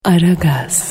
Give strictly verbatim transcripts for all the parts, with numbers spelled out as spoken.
Aragaz.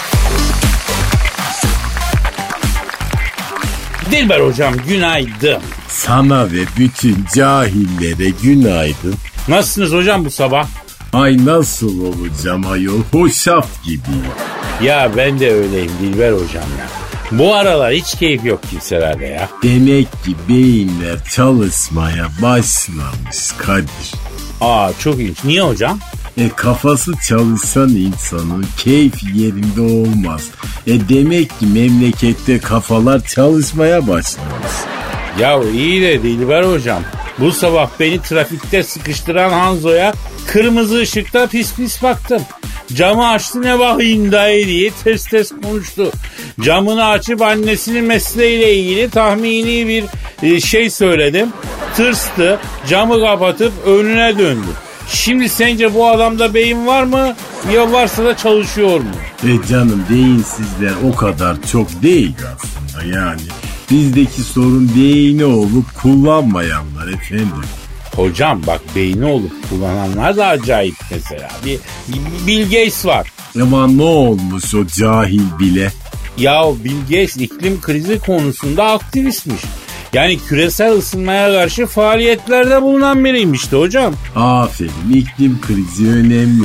Dilber hocam günaydın. Sana ve bütün cahillere günaydın. Nasılsınız hocam bu sabah? Ay nasıl olacağım ayol, hoşaf gibiyim. Ya ben de öyleyim Dilber hocam ya. Bu aralar hiç keyif yok kimselerde ya. Demek ki beyinler çalışmaya başlamış Kadir. Aa çok ilginç. Niye hocam? E kafası çalışan insanın keyfi yerinde olmaz. E demek ki memlekette kafalar çalışmaya başlamış. Ya iyi de Dilber hocam. Bu sabah beni trafikte sıkıştıran Hanzo'ya kırmızı ışıkta pis pis baktım. Camı açtı, ne bakayım dayı diye ters ters konuştu. Camını açıp annesinin mesleğiyle ilgili tahmini bir şey söyledim. Tırstı, camı kapatıp önüne döndü. Şimdi sence bu adamda beyin var mı? Ya varsa da çalışıyor mu? E canım, beyinsizler o kadar çok değil aslında yani. Bizdeki sorun beyni olup kullanmayanlar efendim. Hocam bak, beyni olup kullananlar da acayip mesela. Bir, bir Bill Gates var. Ama ne olmuş o cahil bile? Ya Bill Gates iklim krizi konusunda aktivistmiş. Yani küresel ısınmaya karşı faaliyetlerde bulunan biriymişti hocam. Aferin, iklim krizi önemli.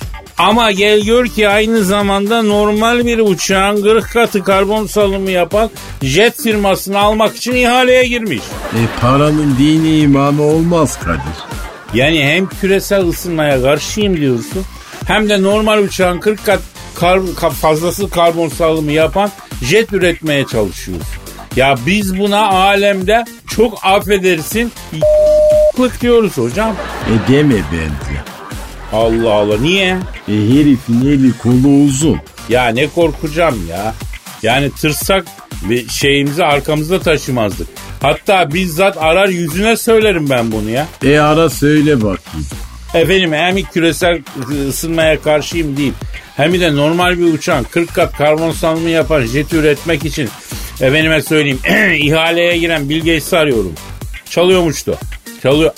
Ama gel gör ki aynı zamanda normal bir uçağın kırk katı karbon salımı yapan jet firmasını almak için ihaleye girmiş. E paranın dini imanı olmaz Kadir. Yani hem küresel ısınmaya karşıyım diyorsun, hem de normal uçağın kırk kat kar- fazlası karbon salımı yapan jet üretmeye çalışıyoruz. Ya biz buna alemde çok affedersin y***lık diyoruz hocam. E deme bence. Allah Allah, niye? E herifin eli kolu uzun. Ya ne korkacağım ya. Yani tırsak bir şeyimizi arkamızda taşımazdık. Hatta bizzat arar yüzüne söylerim ben bunu ya. E ara söyle bakayım. Efendim, hem küresel ısınmaya karşıyım deyip hem de normal bir uçağın kırk kat karbon salımı yapan jeti üretmek için efendime söyleyeyim ihaleye giren Bill Gates'i arıyorum. Çalıyormuştu. Çalıyor.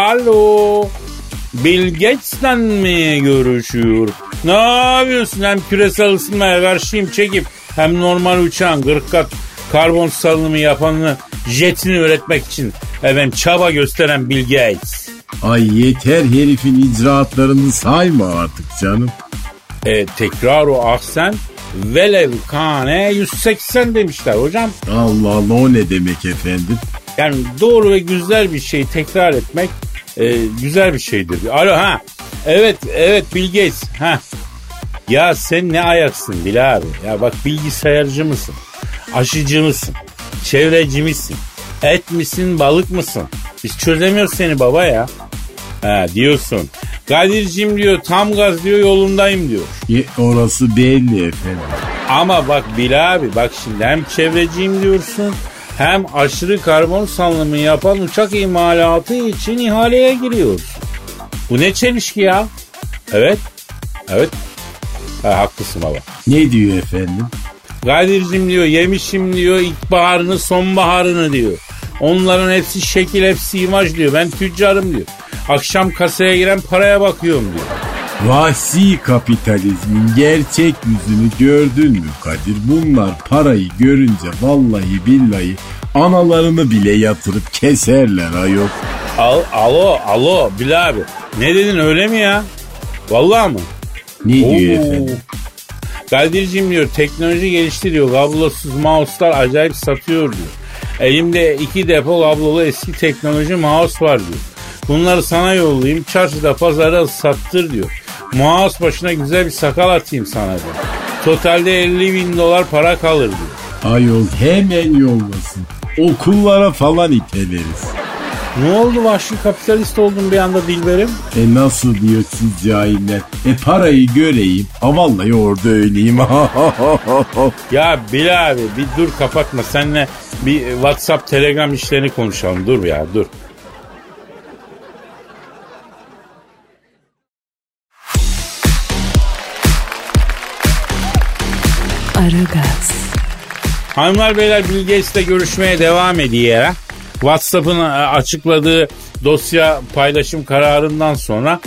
Alo. Bill Gates'ten mi görüşüyor? Ne yapıyorsun? Hem küresel ısınmaya karşıyım çekip hem normal uçağın kırk kat karbon salınımı yapanını jetini üretmek için efendim çaba gösteren Bill Gates. Ay yeter, herifin icraatlarını sayma artık canım. E, tekrar o ahsen velev kane yüz seksen demişler hocam. Allah Allah, o ne demek efendim? Yani doğru ve güzel bir şeyi tekrar etmek e, güzel bir şeydir. Alo ha. Evet evet Bill Gates. Ha. Ya sen ne ayaksın Bil abi? Ya bak, bilgisayarcı mısın? Aşıcı mısın? Çevreci misin? Et misin, balık mısın? Biz çözemiyoruz seni baba ya. Ha diyorsun. Kadir'cim diyor, tam gaz diyor, yolundayım diyor. E, orası belli efendim. Ama bak Bil abi, bak şimdi hem çevreciyim diyorsun, hem aşırı karbon salınımı yapan uçak imalatı için ihaleye giriyorsun. Bu ne çelişki ya? Evet. Evet. Ha, haklısın baba. Ne diyor efendim? Kadir'cim diyor, yemişim diyor ilkbaharını sonbaharını diyor. Onların hepsi şekil, hepsi imaj diyor. Ben tüccarım diyor. Akşam kasaya giren paraya bakıyorum diyor. Vahşi kapitalizmin gerçek yüzünü gördün mü Kadir? Bunlar parayı görünce vallahi billahi analarını bile yatırıp keserler ayol. Al, alo, alo Bil abi. Ne dedin, öyle mi ya? Vallahi mı? Ne diyor Oo. efendim? Kadir'cim diyor, teknoloji gelişti diyor. Kablosuz mouse'lar acayip satıyor diyor. Elimde iki depo kablolu eski teknoloji mouse var diyor. Bunları sana yollayayım, çarşıda pazarda sattır diyor. Mouse başına güzel bir sakal atayım sana diyor. Totalde elli bin dolar para kalır diyor. Ayol hemen yollasın. Okullara falan iteleriz. Ne oldu, vahşi kapitalist oldun bir anda Dilberim? E nasıl diyor siz cahiller? E parayı göreyim. Ha vallahi orada öyleyim. Ya Bil abi bir dur, kapatma. Seninle bir WhatsApp, Telegram işlerini konuşalım. Dur ya, dur. Aragaz. Hanımlar beyler, Bill Gates'le görüşmeye devam ediyor. WhatsApp'ın açıkladığı dosya paylaşım kararından sonra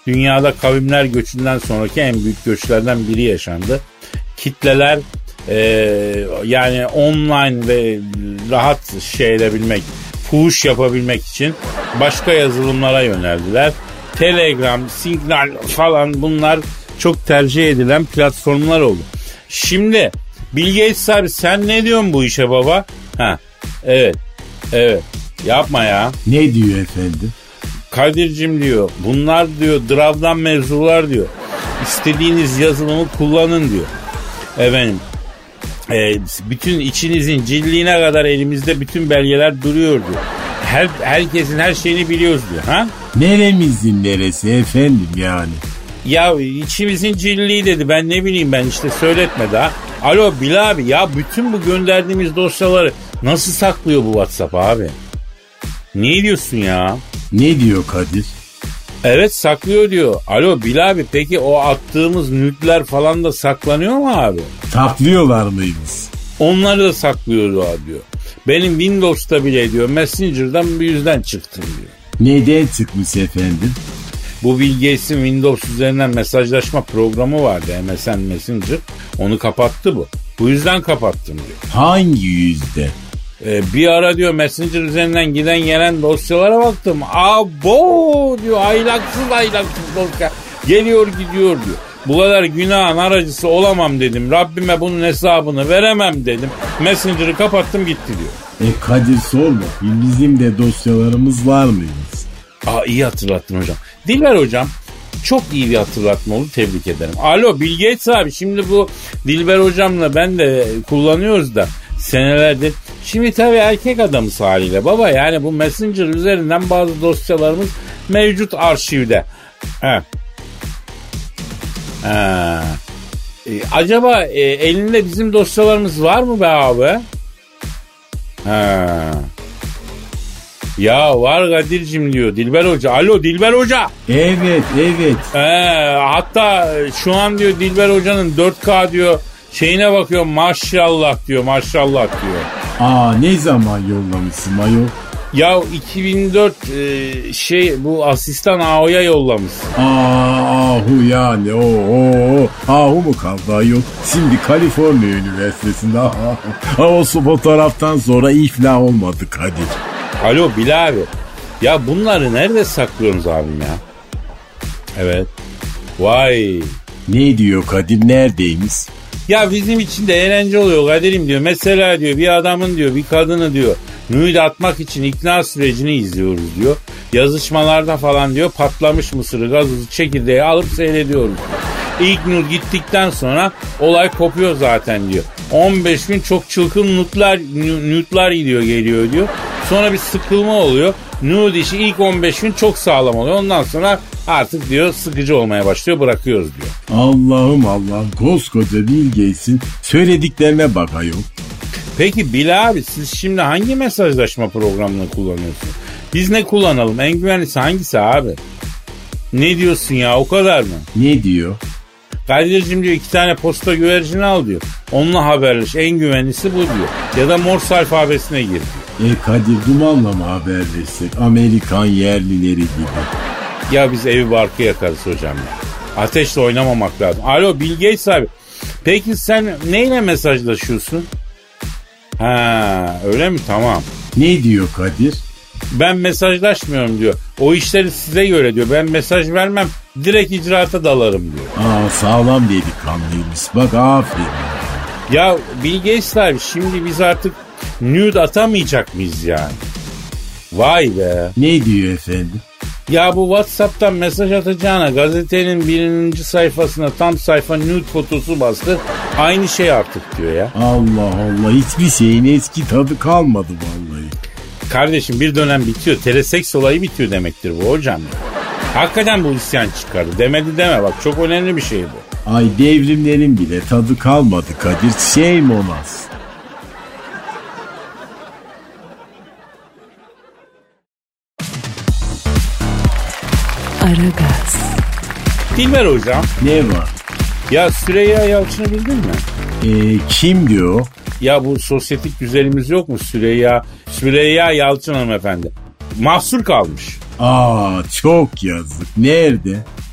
dünyada kavimler göçünden sonraki en büyük göçlerden biri yaşandı. Kitleler e, yani online ve rahat şey edebilmek, fuhuş yapabilmek için başka yazılımlara yöneldiler. Telegram, Signal falan bunlar çok tercih edilen platformlar oldu. Şimdi Bill Gates abi sen ne diyorsun bu işe baba? Ha, evet, evet yapma ya. Ne diyor efendim? Kadir'cim diyor bunlar diyor dravdan mevzular diyor. İstediğiniz yazılımı kullanın diyor. Efendim e, bütün içinizin cilliğine kadar elimizde bütün belgeler duruyor diyor. Her, herkesin her şeyini biliyoruz diyor. Ha? Neremizin neresi efendim yani? Ya içimizin cilliği dedi ben ne bileyim ben işte söyletme daha. Alo Bil abi ya bütün bu gönderdiğimiz dosyaları nasıl saklıyor bu WhatsApp abi? Ne diyorsun ya? Ne diyor Kadir? Evet saklıyor diyor. Alo Bil abi peki o attığımız nütler falan da saklanıyor mu abi? Saklıyorlar mıymış? Onları da saklıyorlar diyor. Benim Windows'ta bile diyor Messenger'dan bir yüzden çıktım diyor. Neden çıkmış efendim? Bu Bill Gates'in Windows üzerinden mesajlaşma programı vardı M S N Messenger. Onu kapattı bu. Bu yüzden kapattım diyor. Hangi yüzde? Ee, bir ara diyor Messenger üzerinden giden gelen dosyalara baktım. Abo diyor aylaksız aylaksız dosya. Geliyor gidiyor diyor. Bu kadar günahın aracısı olamam dedim. Rabbime bunun hesabını veremem dedim. Messenger'ı kapattım gitti diyor. E Kadir sorma. Bizim de dosyalarımız var mıymış? Aa iyi hatırlattın hocam. Dilber hocam çok iyi bir hatırlatma oldu tebrik ederim. Alo Bill Gates abi şimdi bu Dilber hocamla ben de kullanıyoruz da senelerdir. Şimdi tabii erkek adamız haliyle baba yani bu Messenger üzerinden bazı dosyalarımız mevcut arşivde. He. Ha. E, acaba e, elinde bizim dosyalarımız var mı be abi? Ha. Ya var Kadir'cim diyor Dilber Hoca. Alo Dilber Hoca. Evet evet. Ee, hatta şu an diyor Dilber Hoca'nın dört K diyor şeyine bakıyor maşallah diyor maşallah diyor. Aa ne zaman yollamışsın ayol? Ya iki bin dört e, şey bu asistan A O'ya yollamışsın. Aa ahu yani o o ahu mu kaldı ayol? Şimdi Kaliforniya Üniversitesi'nde aha. O su fotoğraftan sonra iflah olmadı Kadir. Alo Bilal abi. Ya bunları nerede saklıyorsunuz abim ya? Evet. Vay. Ne diyor Kadir neredeymiş? Ya bizim için de eğlence oluyor Kadir'im diyor. Mesela diyor bir adamın diyor bir kadını diyor nude atmak için ikna sürecini izliyoruz diyor. Yazışmalarda falan diyor patlamış mısırı gazozu çekirdeği alıp seyrediyoruz. İlk nude gittikten sonra olay kopuyor zaten diyor. on beş gün çok çılgın nude'lar, nude'lar gidiyor geliyor diyor. Sonra bir sıkılma oluyor. Nude işi ilk on beş gün çok sağlam oluyor. Ondan sonra artık diyor sıkıcı olmaya başlıyor bırakıyoruz diyor. Allah'ım Allah'ım koskoca Bill Gates'in söylediklerine bak ayol. Peki Bilal abi siz şimdi hangi mesajlaşma programını kullanıyorsunuz? Biz ne kullanalım? En güvenlisi hangisi abi? Ne diyorsun ya o kadar mı? Ne diyor? Kadir'cim diyor iki tane posta güvercini al diyor. Onunla haberleş en güvenlisi bu diyor. Ya da Morse alfabesine gir diyor. E Kadir Duman'la mı haberleşsek? Amerikan yerlileri gibi. Ya biz evi barkı yakarız hocam ya. Ateşle oynamamak lazım. Alo Bill Gates abi. Peki sen neyle mesajlaşıyorsun? Ha öyle mi? Tamam. Ne diyor Kadir? Ben mesajlaşmıyorum diyor. O işleri size göre diyor. Ben mesaj vermem. Direkt icraata dalarım diyor. Aa sağlam delikanlıymış. Bak aferin. Ya Bill Gates abi şimdi biz artık nude atamayacak mıyız yani? Vay be. Ne diyor efendim? Ya bu WhatsApp'tan mesaj atacağına gazetenin birinci sayfasına tam sayfa nude fotosu bastır. Aynı şey artık diyor ya. Allah Allah hiçbir şeyin eski tadı kalmadı vallahi. Kardeşim bir dönem bitiyor. Teleseks olayı bitiyor demektir bu hocam. Hakikaten bu isyan çıkardı. Demedi deme bak çok önemli bir şey bu. Ay devrimlerin bile tadı kalmadı Kadir. Shame on us. Aragaz. Dilber hocam. Ne var? Ya Süreyya Yalçın'ı bildin mi? Ee, kim diyor? Ya bu sosyetik güzelimiz yok mu Süreyya? Süreyya Yalçın hanımefendi. Mahsur kalmış. Aa çok yazık. Nerede?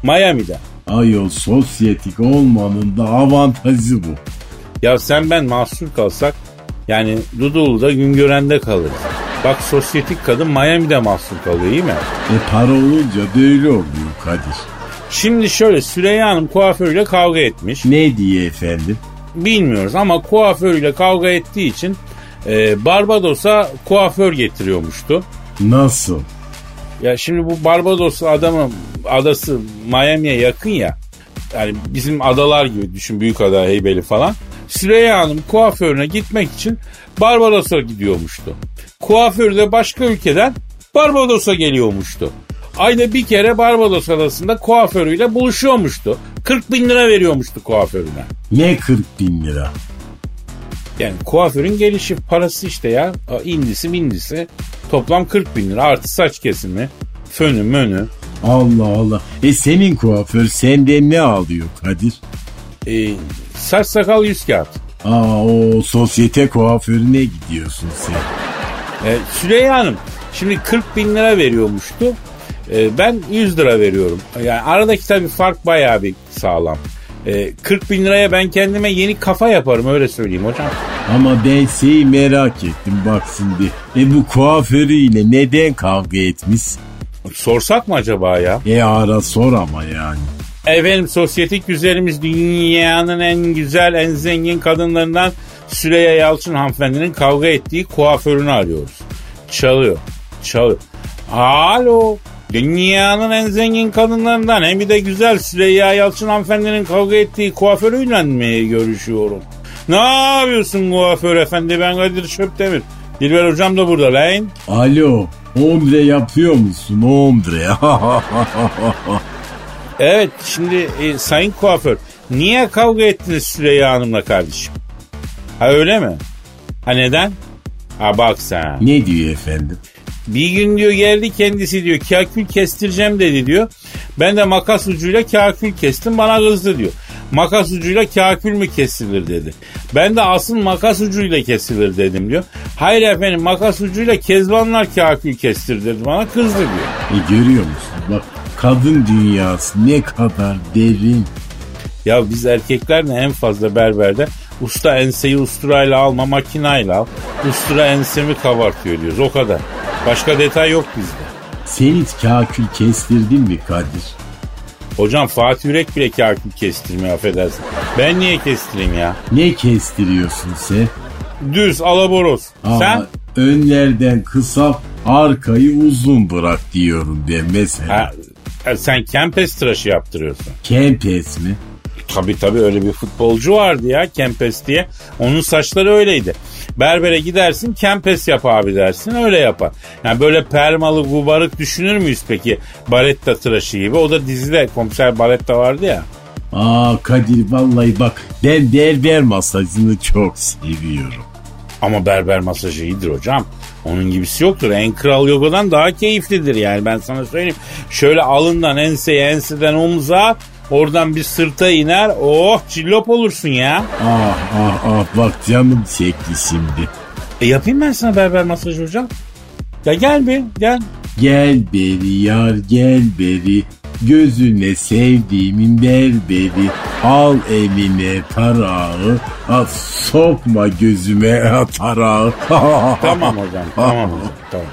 Miami'de. Ayol sosyetik olmanın da avantajı bu. Ya sen ben mahsur kalsak yani Dudullu'da Güngören'de kalırız. Bak sosyetik kadın Miami'de mahsur kalıyor değil mi? E para olunca da öyle oluyor Kadir. Şimdi şöyle Süreyya Hanım kuaförüyle kavga etmiş. Ne diye efendim? Bilmiyoruz ama kuaförüyle kavga ettiği için e, Barbados'a kuaför getiriyormuştu. Nasıl? Ya şimdi bu Barbados adamın adası Miami'ye yakın ya. Yani bizim adalar gibi düşün, Büyükada, Heybeli falan. Süreyya Hanım kuaförüne gitmek için Barbados'a gidiyormuştu. Kuaför de başka ülkeden Barbados'a geliyormuştu. Ayda bir kere Barbados adasında kuaförüyle buluşuyormuştu. kırk bin lira veriyormuştu kuaförüne. Ne kırk bin lira? Yani kuaförün gelişi parası işte ya. İndisi mindisi toplam kırk bin lira artı saç kesimi, fönü mönü. Allah Allah. E senin kuaför senden ne alıyor Kadir? E, saç sakal yüz kağıt. Aa o sosyete kuaförüne gidiyorsun sen. E, Süleyha Hanım şimdi kırk bin lira veriyormuştu. E, ben yüz lira veriyorum. Yani aradaki tabii fark bayağı bir sağlam. E, kırk bin liraya ben kendime yeni kafa yaparım öyle söyleyeyim hocam. Ama ben şeyi merak ettim bak şimdi. E bu kuaförüyle neden kavga etmiş? Sorsak mı acaba ya? E ara sor ama yani. Efendim sosyetik güzelimiz dünyanın en güzel en zengin kadınlarından Süreyya Yalçın hanımefendinin kavga ettiği kuaförünü arıyoruz. Çalıyor. Çalıyor. Alo. Dünyanın en zengin kadınlarından hem bir de güzel Süreyya Yalçın hanımefendinin kavga ettiği kuaförüyle mi görüşüyorum? Ne yapıyorsun kuaför efendi? Ben Kadir Çöptemir. Dilber hocam da burada lan. Alo. Ombre yapıyor musun? Ombre. Evet şimdi e, sayın kuaför niye kavga ettiniz Süreyya Hanım'la kardeşim? Ha öyle mi? Ha neden? Ha bak sen. Ne diyor efendim? Bir gün diyor geldi kendisi diyor kakül kestireceğim dedi diyor. Ben de makas ucuyla kakül kestim bana kızdı diyor. Makas ucuyla kakül mü kesilir dedi. Ben de asıl makas ucuyla kesilir dedim diyor. Hayır efendim makas ucuyla kezbanlar kakül kestir dedi bana kızdı diyor. E görüyor musun bak kadın dünyası ne kadar derin. Ya biz erkekler ne en fazla berberde usta enseyi usturayla alma makinayla al. Ustura ensemi kabartıyor diyoruz o kadar. Başka detay yok bizde. Sen hiç kakül kestirdin mi Kadir? Hocam Fatih Yürek bile kakül kestirmiyor affedersin. Ben niye kestireyim ya? Ne kestiriyorsun sen? Düz alaboros. Aa, sen? Önlerden kısa arkayı uzun bırak diyorum ben mesela. Ha, sen Kempes tıraşı yaptırıyorsun. Kempes mi? Tabii tabii öyle bir futbolcu vardı ya Kempes diye. Onun saçları öyleydi. Berbere gidersin Kempes yap abi dersin öyle yapar. Yani böyle permalı gubarık düşünür müyüz peki Baretta tıraşı gibi? O da dizide Komiser Baretta vardı ya. Aa Kadir vallahi bak ben berber masajını çok seviyorum. Ama berber masajı iyidir hocam. Onun gibisi yoktur. En kral yogadan daha keyiflidir yani ben sana söyleyeyim. Şöyle alından enseye enseden omuza oradan bir sırta iner. Oh cillop olursun ya. Ah ah ah bak canım çekti şimdi. E yapayım ben sana berber masajı hocam. Ya gel bir gel. Gel beri yar gel beri. Gözüne sevdiğimin berberi. Al eline tarağı. At, sokma gözüme tarağı. Tamam hocam tamam hocam tamam.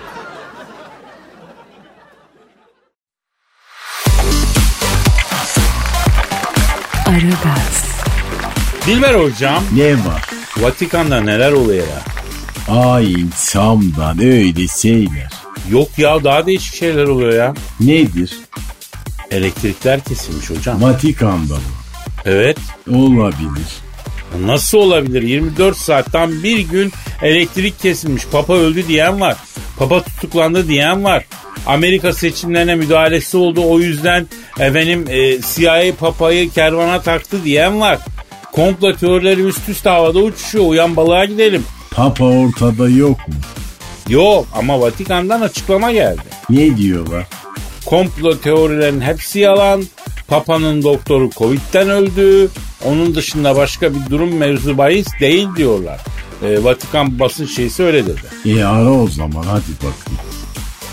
Aragaz. Dilber hocam. Ne var? Vatikan'da neler oluyor ya? Ayin Sam'dan öyle şeyler. Yok ya daha değişik şeyler oluyor ya. Nedir? Elektrikler kesilmiş hocam. Vatikan'da mı? Evet. Olabilir. Nasıl olabilir? yirmi dört saatten bir gün elektrik kesilmiş. Papa öldü diyen var. Papa tutuklandı diyen var. Amerika seçimlerine müdahalesi oldu. O yüzden efendim e, C I A Papa'yı kervana taktı diyen var. Komplo teorileri üst üste havada uçuşuyor. Uyan balığa gidelim. Papa ortada yok mu? Yok ama Vatikan'dan açıklama geldi. Ne diyorlar? Komplo teorilerin hepsi yalan. Papa'nın doktoru Covid'den öldü. Onun dışında başka bir durum mevzu bahis değil diyorlar. E, Vatikan basın şeysi öyle dedi. E ara o zaman hadi bakayım.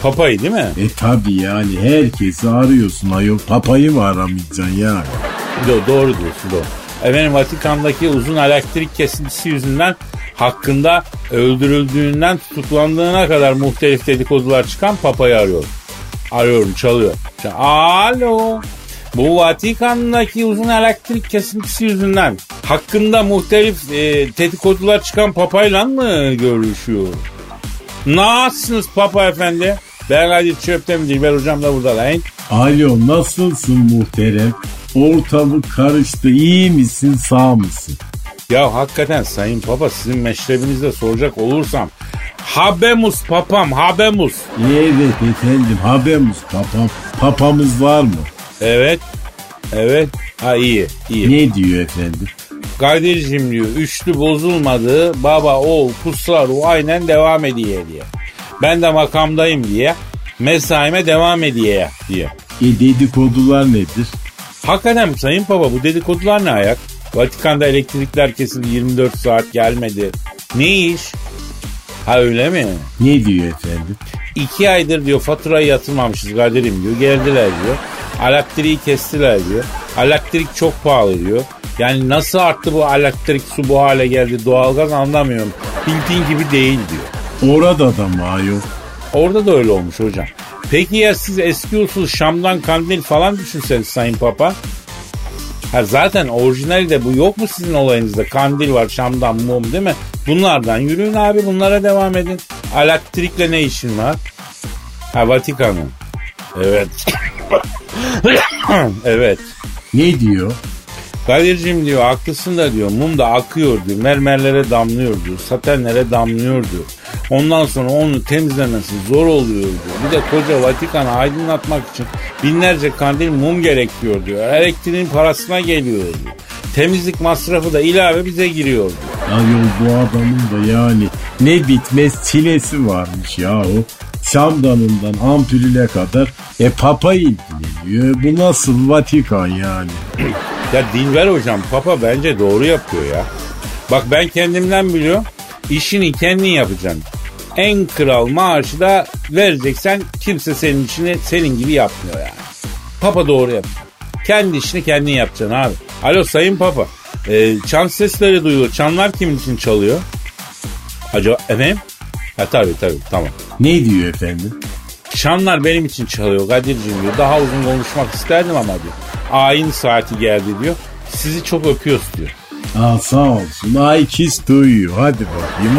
Papayı değil mi? E tabi yani herkesi arıyorsun ayol. Papayı mı aramayacaksın yani? Do- doğru diyorsun doğru. Efendim Vatikan'daki uzun elektrik kesintisi yüzünden hakkında öldürüldüğünden tutuklandığına kadar muhtelif dedikodular çıkan Papa'yı arıyorum. Arıyorum çalıyor. Alo. Bu Vatikan'daki uzun elektrik kesintisi yüzünden hakkında muhtelif e, dedikodular çıkan Papa'yla mı görüşüyor? Nasılsınız Papa efendi? Ben Kadir Çöptemir, Dilber hocam da burada lan. Alo nasılsın muhterem? Ortalık karıştı, iyi misin sağ mısın? Ya hakikaten Sayın Papa sizin meşrebinizde soracak olursam Habemus papam Habemus. Evet efendim Habemus papam. Papamız var mı? Evet. Evet. Ha iyi iyi. Ne diyor efendim? Kadir'cim diyor üçlü bozulmadı baba oğul kutsal ruh aynen devam ediyor diye. Ben de makamdayım diye mesaime devam ediyor diye. E dedikodular nedir? Hakikaten Sayın Papa bu dedikodular ne ayak? Vatikan'da elektrikler kesildi yirmi dört saat gelmedi. Ne iş? Ha öyle mi? Ne diyor efendim? İki aydır diyor faturayı yatırmamışız Kadir'im diyor. Geldiler diyor. Elektriği kestiler diyor. Elektrik çok pahalı diyor. Yani nasıl arttı bu elektrik su bu hale geldi doğalgaz anlamıyorum. Bildiğin gibi değil diyor. Orada da mı ayol? Orada da öyle olmuş hocam. Peki ya siz eski usul Şam'dan kandil falan düşünseniz Sayın Papa? Ha zaten orijinali de bu yok mu sizin olayınızda? Kandil var Şam'dan mum değil mi? Bunlardan yürüyün abi bunlara devam edin. Elektrikle ne işin var? Ha Vatikan'ın. Evet. Evet. Ne diyor? Kadir'cim diyor haklısın da diyor mum da akıyor diyor. Mermerlere damlıyor diyor. Satenlere damlıyor diyor. Ondan sonra onu temizlemesi zor oluyor diyor. Bir de koca Vatikan'ı aydınlatmak için binlerce kandil mum gerekiyor diyor. Elektriğin parasına geliyor diyor. Temizlik masrafı da ilave bize giriyor diyor. Ayol bu adamın da yani ne bitmez çilesi varmış yahu. Şamdanından ampulüne kadar e Papa ilgileniyor. Bu nasıl Vatikan yani? Ya Dilber hocam Papa bence doğru yapıyor ya. Bak ben kendimden biliyorum. İşini kendin yapacaksın. En kral maaşı da vereceksen kimse senin işini senin gibi yapmıyor yani. Papa doğru yapıyor. Kendi işini kendin yapacaksın abi. Alo Sayın Papa. Ee, çan sesleri duyuyor. Çanlar kimin için çalıyor? Acaba efendim? Ha tabii tabii tamam. Ne diyor efendim? Çanlar benim için çalıyor Kadir'cim diyor. Daha uzun konuşmak isterdim ama diyor. Ayin saati geldi diyor. Sizi çok öpüyoruz diyor. Aa sağ olsun. Ay kiss duyuyor. Hadi bakayım.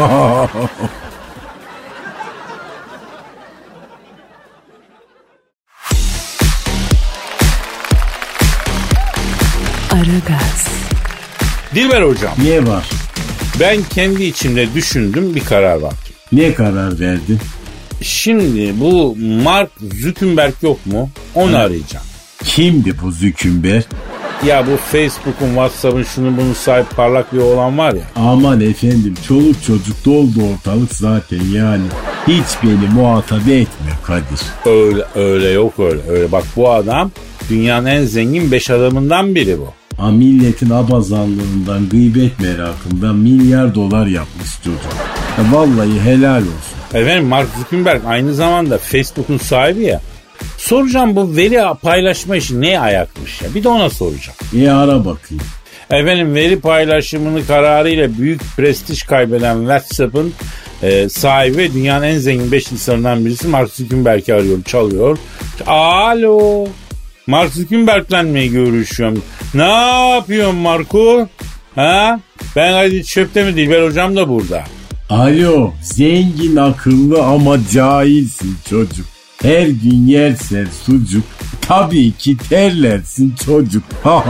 Aragaz. Dilber hocam. Ne var? Ben kendi içimde düşündüm bir karar var. Ne karar verdin? Şimdi bu Mark Zuckerberg yok mu? Onu arayacağım. Kimdi bu Zuckerberg? Ya bu Facebook'un, WhatsApp'ın şunu bunu sahip parlak bir olan var ya. Aman efendim çoluk çocuk doldu ortalık zaten yani. Hiç beni muhatap etmiyor Kadir. Öyle öyle yok öyle. Öyle bak bu adam dünyanın en zengin beş adamından biri bu. Ha milletin abazanlığından, gıybet merakından milyar dolar yapmış çocuk. Ya vallahi helal olsun. Efendim Mark Zuckerberg aynı zamanda Facebook'un sahibi ya. Soracağım bu veri paylaşma işi neye ayakmış ya? Bir de ona soracağım. E ara bakayım. Efendim veri paylaşımını kararıyla büyük prestij kaybeden WhatsApp'ın e, sahibi dünyanın en zengin beş insanından birisi Mark Zuckerberg'i arıyorum. Çalıyor. Alo. Mark Zuckerberg'le mi görüşüyorum? Ne yapıyorsun Marco? Ha? Ben hadi çöpte mi Dilber hocam da burada. Alo zengin akıllı ama cahilsin çocuk. Her gün yersen sucuk. Tabii ki terlersin çocuk.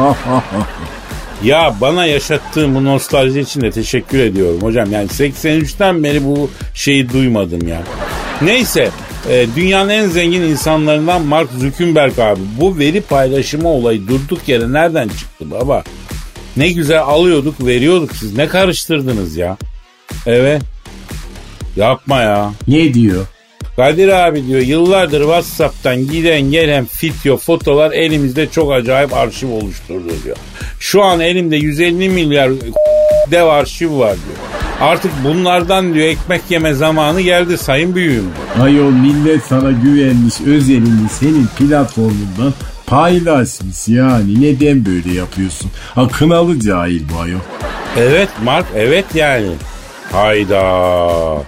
Ya bana yaşattığın bu nostalji için de teşekkür ediyorum hocam. Yani seksen üçten beri bu şeyi duymadım ya. Neyse e, dünyanın en zengin insanlarından Mark Zuckerberg abi. Bu veri paylaşımı olayı durduk yere nereden çıktı baba? Ne güzel alıyorduk veriyorduk siz ne karıştırdınız ya? Evet. Yapma ya. Ne diyor? Kadir abi diyor yıllardır WhatsApp'tan giden gelen video fotolar elimizde çok acayip arşiv oluşturdu diyor. Şu an elimde yüz elli milyar dev arşiv var diyor. Artık bunlardan diyor ekmek yeme zamanı geldi sayın büyüğüm. Ayol millet sana güvenmiş, özelini senin platformundan paylaşmış yani. Neden böyle yapıyorsun? Ha, kınalı cahil bu ayol. Evet Mark, evet yani. Hayda.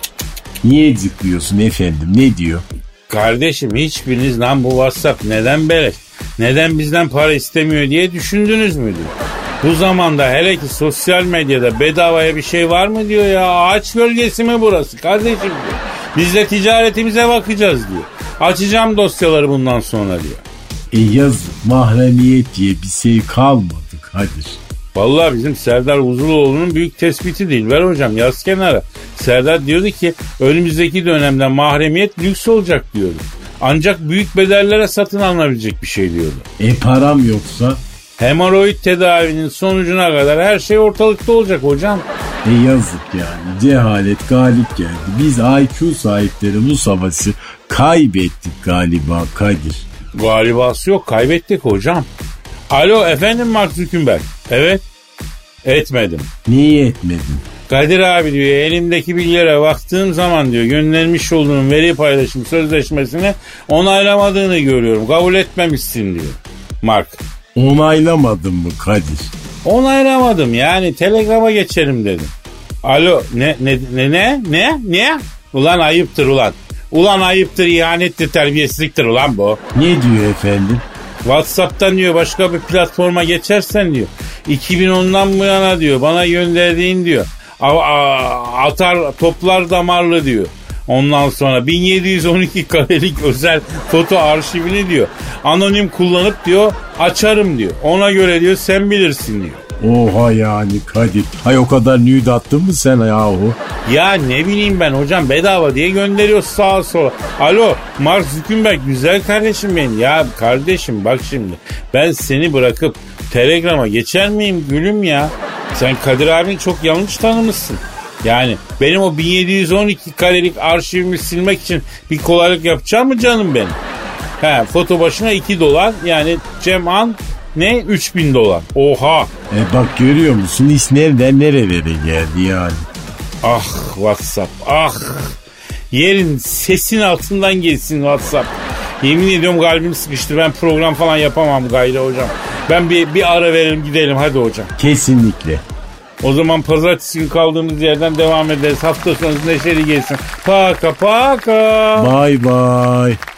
Niye zıplıyorsun efendim, ne diyor? Kardeşim hiçbiriniz lan bu WhatsApp neden beleş, neden bizden para istemiyor diye düşündünüz müdür? Bu zamanda hele ki sosyal medyada bedavaya bir şey var mı diyor ya. Ağaç gölgesi mi burası kardeşim diyor. Biz de ticaretimize bakacağız diyor. Açacağım dosyaları bundan sonra diyor. E yazık, mahremiyet diye bir şey kalmadı Kadir. Vallahi bizim Serdar Uzuloğlu'nun büyük tespiti değil. Ver hocam yaz kenara. Serdar diyordu ki önümüzdeki dönemde mahremiyet lüks olacak diyordu. Ancak büyük bedellere satın alınabilecek bir şey diyordu. E param yoksa? Hemoroid tedavinin sonucuna kadar her şey ortalıkta olacak hocam. E yazık yani, cehalet galip geldi. Biz I Q sahipleri bu savaşı kaybettik galiba Kadir. Galibası yok, kaybettik hocam. Alo efendim Mark Zuckerberg. Evet. Etmedim. Niye etmedin? Kadir abi diyor elimdeki bilgilere baktığım zaman diyor göndermiş olduğum veri paylaşım sözleşmesini onaylamadığını görüyorum. Kabul etmemişsin diyor Mark. Onaylamadın mı Kadir? Onaylamadım yani Telegram'a geçelim dedim. Alo ne ne ne ne ne ne? Ulan ayıptır ulan. Ulan ayıptır, ihanettir, terbiyesizliktir ulan bu. Ne diyor efendim? WhatsApp'tan diyor başka bir platforma geçersen diyor iki bin ondan bu yana diyor bana gönderdiğin diyor a- a- atar toplar damarlı diyor. Ondan sonra bin yedi yüz on iki karelik özel foto arşivini diyor anonim kullanıp diyor açarım diyor. Ona göre diyor sen bilirsin diyor. Oha yani Kadir. Hay o kadar nude attın mı sen yahu? Ya ne bileyim ben hocam bedava diye gönderiyor sağa sola. Alo Mark Zuckerberg güzel kardeşim benim. Ya kardeşim bak şimdi ben seni bırakıp Telegram'a geçer miyim gülüm ya? Sen Kadir abini çok yanlış tanımışsın. Yani benim o bin yedi yüz on iki karelik arşivimi silmek için bir kolaylık yapacağım mı canım benim? He, foto başına iki dolar yani Cem An ne üç bin dolar. Oha. E bak görüyor musun iş nereden nerelere geldi yani. Ah WhatsApp ah. Yerin sesin altından geçsin WhatsApp. Yemin ediyorum kalbim sıkıştı. Ben program falan yapamam gayrı hocam. Ben bir, bir ara verelim gidelim hadi hocam. Kesinlikle. O zaman pazartesi günü kaldığımız yerden devam ederiz. Hafta sonu neşeli gelsin. Paka paka. Bye bye.